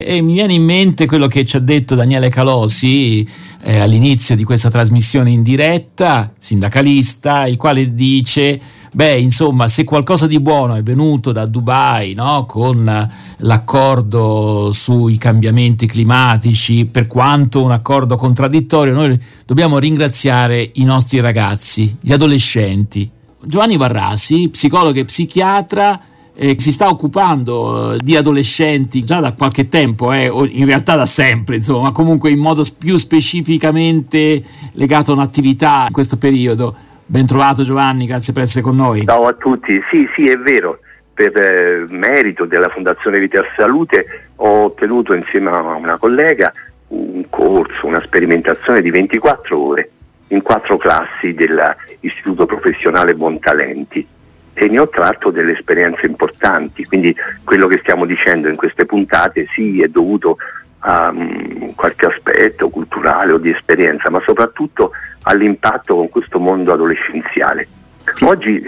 e mi viene in mente quello che ci ha detto Daniele Calosi all'inizio di questa trasmissione in diretta, sindacalista, il quale dice: insomma, se qualcosa di buono è venuto da Dubai, no? Con l'accordo sui cambiamenti climatici, per quanto un accordo contraddittorio, noi dobbiamo ringraziare i nostri ragazzi, gli adolescenti. Giovanni Varrasi, psicologo e psichiatra, si sta occupando di adolescenti già da qualche tempo, o in realtà da sempre, insomma, ma comunque in modo più specificamente legato a un'attività in questo periodo. Ben trovato Giovanni, grazie per essere con noi. Ciao a tutti, sì è vero, per merito della Fondazione Vita e Salute ho ottenuto insieme a una collega un corso, una sperimentazione di 24 ore in 4 classi dell'Istituto Professionale Buontalenti, e ne ho tratto delle esperienze importanti. Quindi quello che stiamo dicendo in queste puntate è dovuto a qualche aspetto culturale o di esperienza, ma soprattutto all'impatto con questo mondo adolescenziale. Oggi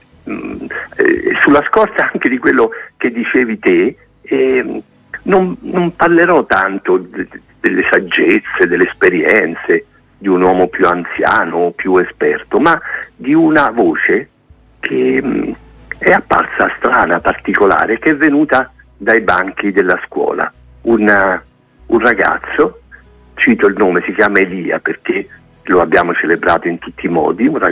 sulla scorta anche di quello che dicevi te, non parlerò tanto delle saggezze, delle esperienze di un uomo più anziano o più esperto, ma di una voce che è apparsa strana, particolare, che è venuta dai banchi della scuola. Un ragazzo, cito il nome, si chiama Elia perché lo abbiamo celebrato in tutti i modi, un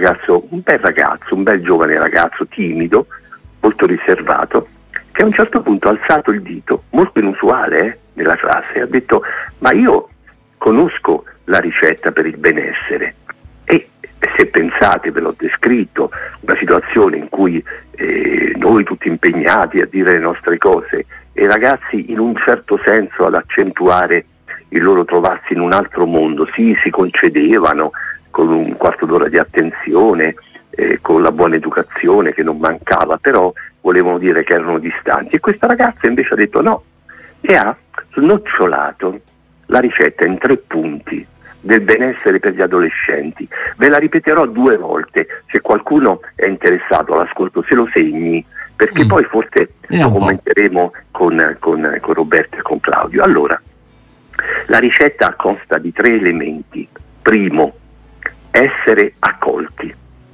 bel giovane ragazzo, timido, molto riservato, che a un certo punto ha alzato il dito, molto inusuale nella classe, e ha detto: ma io conosco la ricetta per il benessere. E se pensate, ve l'ho descritto, una situazione in cui noi tutti impegnati a dire le nostre cose e i ragazzi in un certo senso ad accentuare il loro trovarsi in un altro mondo, si concedevano con un quarto d'ora di attenzione, con la buona educazione che non mancava, però volevano dire che erano distanti, e questa ragazza invece ha detto no, e ha snocciolato la ricetta in 3 punti del benessere per gli adolescenti. Ve la ripeterò 2 volte, se qualcuno è interessato all'ascolto se lo segni, perché poi forse lo commenteremo con Roberto e con Claudio. Allora, la ricetta consta di 3 elementi. Primo, essere accolti.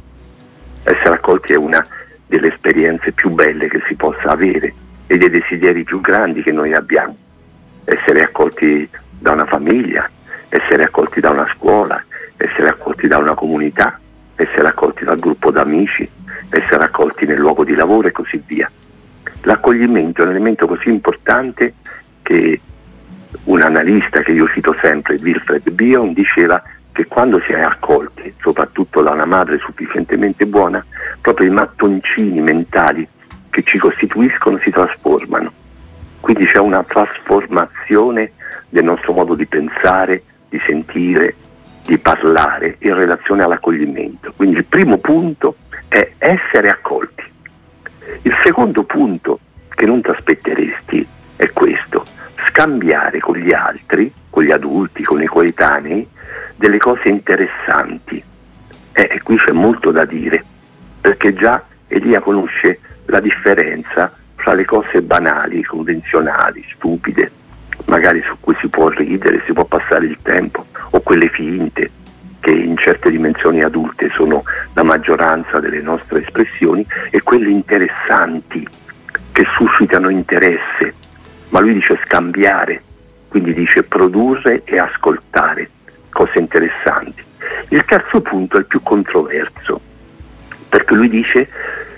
Essere accolti è una delle esperienze più belle che si possa avere e dei desideri più grandi che noi abbiamo. Essere accolti da una famiglia, essere accolti da una scuola, essere accolti da una comunità, essere accolti dal gruppo d'amici, essere accolti nel luogo di lavoro e così via. L'accoglimento è un elemento così importante che un analista che io cito sempre, Wilfred Bion, diceva che quando si è accolti, soprattutto da una madre sufficientemente buona, proprio i mattoncini mentali che ci costituiscono si trasformano. Quindi c'è una trasformazione del nostro modo di pensare, di sentire, di parlare in relazione all'accoglimento. Quindi il primo punto è essere accolti. Il secondo punto, che non ti aspetteresti, è questo: scambiare con gli altri, con gli adulti, con i coetanei, delle cose interessanti. E qui c'è molto da dire, perché già Elia conosce la differenza fra le cose banali, convenzionali, stupide, magari su cui si può ridere, si può passare il tempo, o quelle finte, che in certe dimensioni adulte sono la maggioranza delle nostre espressioni, e quelle interessanti, che suscitano interesse. Ma lui dice scambiare, quindi dice produrre e ascoltare cose interessanti. Il terzo punto è il più controverso, perché lui dice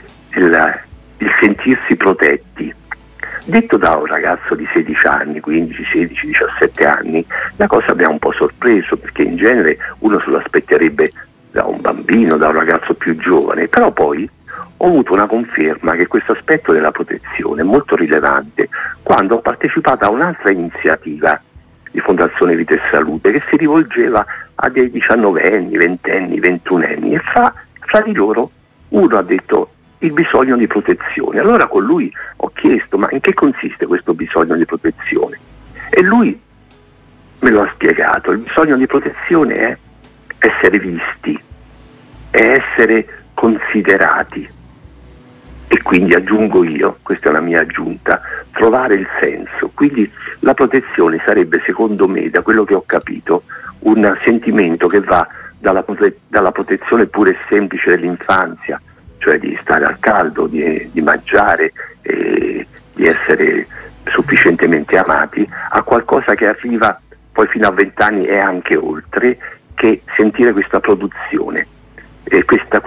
il sentirsi protetti. Detto da un ragazzo di 16 anni, 15, 16, 17 anni, la cosa mi ha un po' sorpreso, perché in genere uno se lo aspetterebbe da un bambino, da un ragazzo più giovane, però poi ho avuto una conferma che questo aspetto della protezione è molto rilevante quando ho partecipato a un'altra iniziativa di Fondazione Vita e Salute che si rivolgeva a dei 19enni, 20enni, 21enni, e fra di loro uno ha detto il bisogno di protezione. Allora con lui ho chiesto: ma in che consiste questo bisogno di protezione? E lui me lo ha spiegato. Il bisogno di protezione è essere visti, è essere considerati, E quindi aggiungo io, questa è una mia aggiunta, trovare il senso. Quindi la protezione sarebbe, secondo me, da quello che ho capito, un sentimento che va dalla protezione pura e semplice dell'infanzia, cioè di stare al caldo, di mangiare, di essere sufficientemente amati, a qualcosa che arriva poi fino a 20 anni e anche oltre, che sentire questa produzione. Questa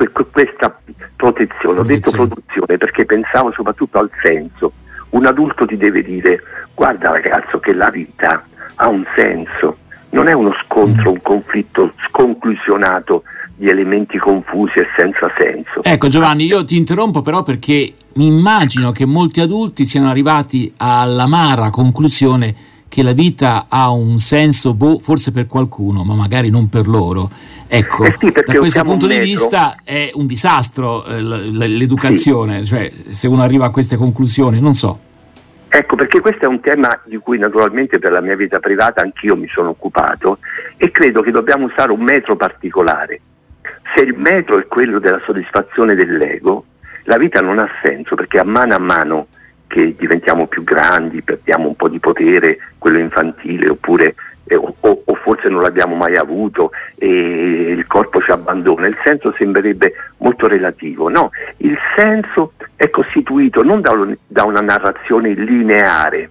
protezione, ho detto produzione perché pensavo soprattutto al senso. Un adulto ti deve dire: guarda ragazzo, che la vita ha un senso, non è uno scontro, un conflitto sconclusionato di elementi confusi e senza senso. Ecco Giovanni, io ti interrompo però perché mi immagino che molti adulti siano arrivati all'amara conclusione che la vita ha un senso, forse per qualcuno, ma magari non per loro. Ecco, sì, da questo punto di vista è un disastro l'educazione, sì. Cioè se uno arriva a queste conclusioni, non so. Ecco, perché questo è un tema di cui naturalmente per la mia vita privata anch'io mi sono occupato, e credo che dobbiamo usare un metro particolare. Se il metro è quello della soddisfazione dell'ego, la vita non ha senso, perché a mano che diventiamo più grandi, perdiamo un po' di potere, quello infantile, oppure o forse non l'abbiamo mai avuto e il corpo ci abbandona, il senso sembrerebbe molto relativo. No, il senso è costituito non da una narrazione lineare,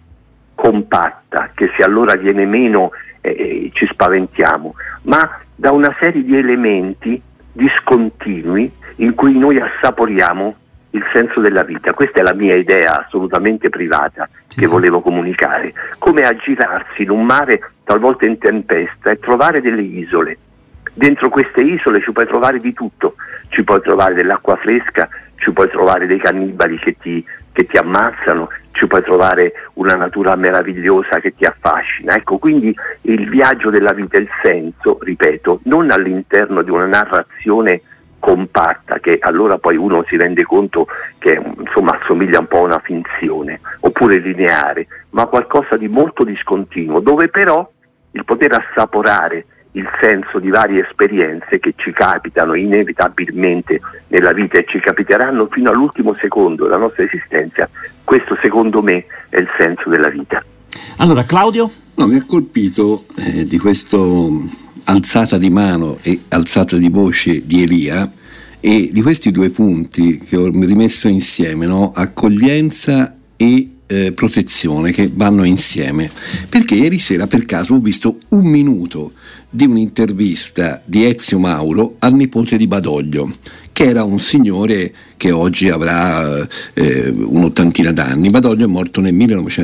compatta, che se allora viene meno ci spaventiamo, ma da una serie di elementi discontinui in cui noi assaporiamo il senso della vita. Questa è la mia idea assolutamente privata che volevo comunicare, come aggirarsi in un mare talvolta in tempesta e trovare delle isole. Dentro queste isole ci puoi trovare di tutto, ci puoi trovare dell'acqua fresca, ci puoi trovare dei cannibali che ti ammazzano, ci puoi trovare una natura meravigliosa che ti affascina. Ecco, quindi il viaggio della vita, il senso, ripeto, non all'interno di una narrazione compatta, che allora poi uno si rende conto che insomma assomiglia un po' a una finzione, oppure lineare, ma qualcosa di molto discontinuo, dove però il poter assaporare il senso di varie esperienze che ci capitano inevitabilmente nella vita e ci capiteranno fino all'ultimo secondo della nostra esistenza, questo secondo me è il senso della vita. Allora Claudio? No, mi ha colpito di questo alzata di mano e alzata di voce di Elia, e di questi due punti che ho rimesso insieme, no? Accoglienza e protezione, che vanno insieme, perché ieri sera per caso ho visto un minuto di un'intervista di Ezio Mauro al nipote di Badoglio, che era un signore che oggi avrà un'ottantina d'anni. Badoglio è morto nel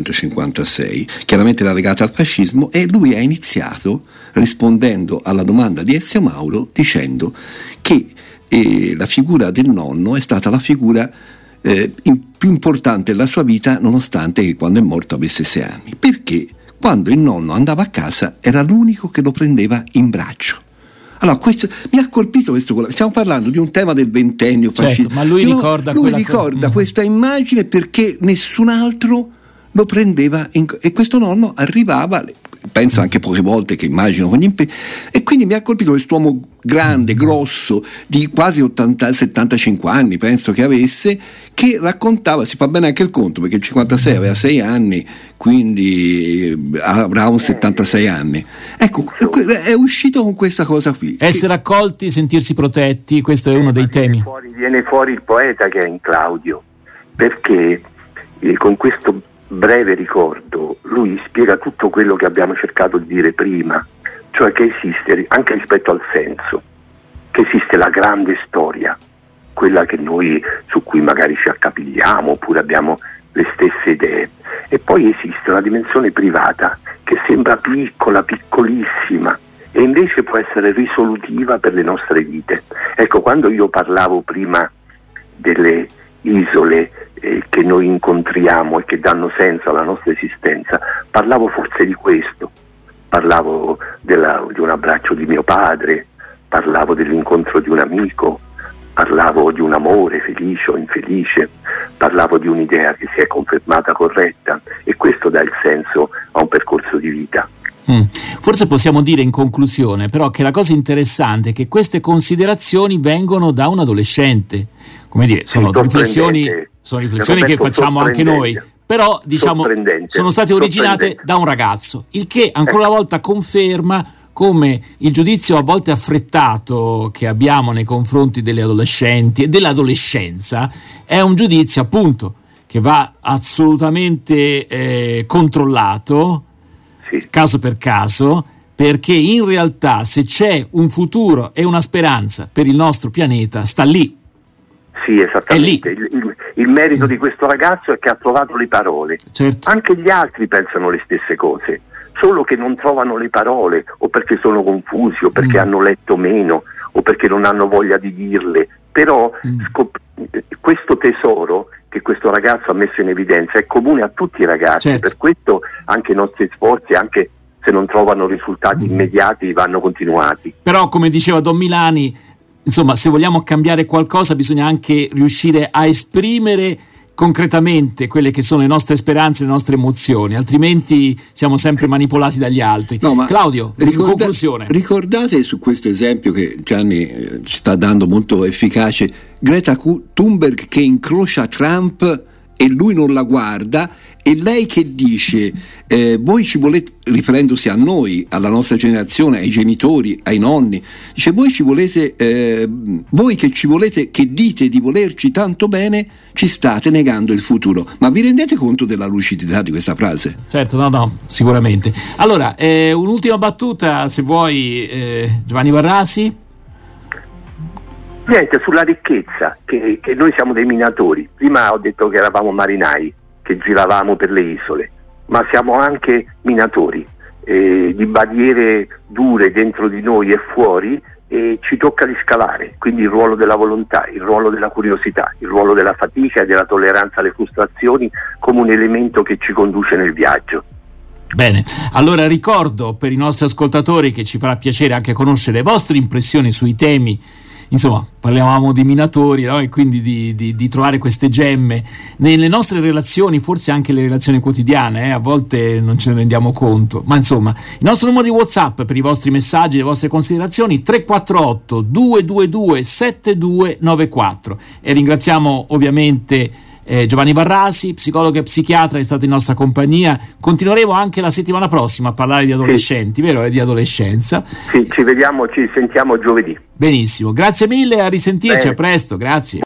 1956, chiaramente era legato al fascismo, e lui ha iniziato rispondendo alla domanda di Ezio Mauro dicendo che la figura del nonno è stata la figura più importante della sua vita, nonostante che quando è morto avesse 6 anni, perché quando il nonno andava a casa era l'unico che lo prendeva in braccio. Allora, questo mi ha colpito, stiamo parlando di un tema del ventennio fascista, ma lui ricorda questa immagine perché nessun altro lo prendeva e questo nonno arrivava, penso anche poche volte, che immagino con gli impegni, e quindi mi ha colpito quest'uomo grande, grosso, di quasi 75 anni penso che avesse, che raccontava, si fa bene anche il conto perché il 56 aveva 6 anni, quindi avrà un 76 anni. Ecco, è uscito con questa cosa qui. Essere accolti, sentirsi protetti, questo è uno dei temi. Viene fuori il poeta che è in Claudio, perché con questo breve ricordo lui spiega tutto quello che abbiamo cercato di dire prima, cioè che esiste, anche rispetto al senso, che esiste la grande storia, quella che noi, su cui magari ci accapigliamo oppure abbiamo le stesse idee, e poi esiste una dimensione privata che sembra piccola, piccolissima, e invece può essere risolutiva per le nostre vite. Ecco, quando io parlavo prima delle isole che noi incontriamo e che danno senso alla nostra esistenza, parlavo forse di questo, parlavo di un abbraccio di mio padre, parlavo dell'incontro di un amico, parlavo di un amore felice o infelice, parlavo di un'idea che si è confermata corretta, e questo dà il senso a un percorso di vita. Forse possiamo dire in conclusione però che la cosa interessante è che queste considerazioni vengono da un adolescente, come dire, sono riflessioni sono riflessioni che facciamo anche noi, però diciamo sono state originate da un ragazzo, il che ancora una volta conferma come il giudizio a volte affrettato che abbiamo nei confronti delle adolescenti e dell'adolescenza è un giudizio appunto che va assolutamente controllato, caso per caso, perché in realtà se c'è un futuro e una speranza per il nostro pianeta sta lì. Sì, esattamente. Il merito di questo ragazzo è che ha trovato le parole. Certo. Anche gli altri pensano le stesse cose, solo che non trovano le parole, o perché sono confusi, o perché hanno letto meno, o perché non hanno voglia di dirle. Però questo tesoro che questo ragazzo ha messo in evidenza è comune a tutti i ragazzi. Certo. Per questo anche i nostri sforzi, anche se non trovano risultati immediati, vanno continuati. Però, come diceva Don Milani, insomma, se vogliamo cambiare qualcosa bisogna anche riuscire a esprimere concretamente quelle che sono le nostre speranze, le nostre emozioni, altrimenti siamo sempre manipolati dagli altri. No, ma Claudio, in conclusione. Ricordate su questo esempio che Gianni ci sta dando molto efficace, Greta Thunberg che incrocia Trump e lui non la guarda, e lei che dice voi ci volete, riferendosi a noi, alla nostra generazione, ai genitori, ai nonni, dice voi ci volete, voi che ci volete, che dite di volerci tanto bene, ci state negando il futuro. Ma vi rendete conto della lucidità di questa frase? Certo, no, sicuramente. Allora, un'ultima battuta, se vuoi, Giovanni Barrasi. Niente, sulla ricchezza, che noi siamo dei minatori. Prima ho detto che eravamo marinai, che giravamo per le isole, ma siamo anche minatori di barriere dure dentro di noi e fuori, e ci tocca riscalare. Quindi il ruolo della volontà, il ruolo della curiosità, il ruolo della fatica e della tolleranza alle frustrazioni come un elemento che ci conduce nel viaggio. Bene, allora ricordo per i nostri ascoltatori che ci farà piacere anche conoscere le vostre impressioni sui temi. Insomma, parlavamo di minatori, no? E quindi di trovare queste gemme nelle nostre relazioni, forse anche le relazioni quotidiane, a volte non ce ne rendiamo conto. Ma insomma, il nostro numero di WhatsApp per i vostri messaggi, le vostre considerazioni, 348 222 7294. E ringraziamo ovviamente Giovanni Barrasi, psicologo e psichiatra, che è stato in nostra compagnia. Continueremo anche la settimana prossima a parlare di adolescenti, vero? E di adolescenza. Sì, ci vediamo, ci sentiamo giovedì. Benissimo, grazie mille, a risentirci, a presto, grazie.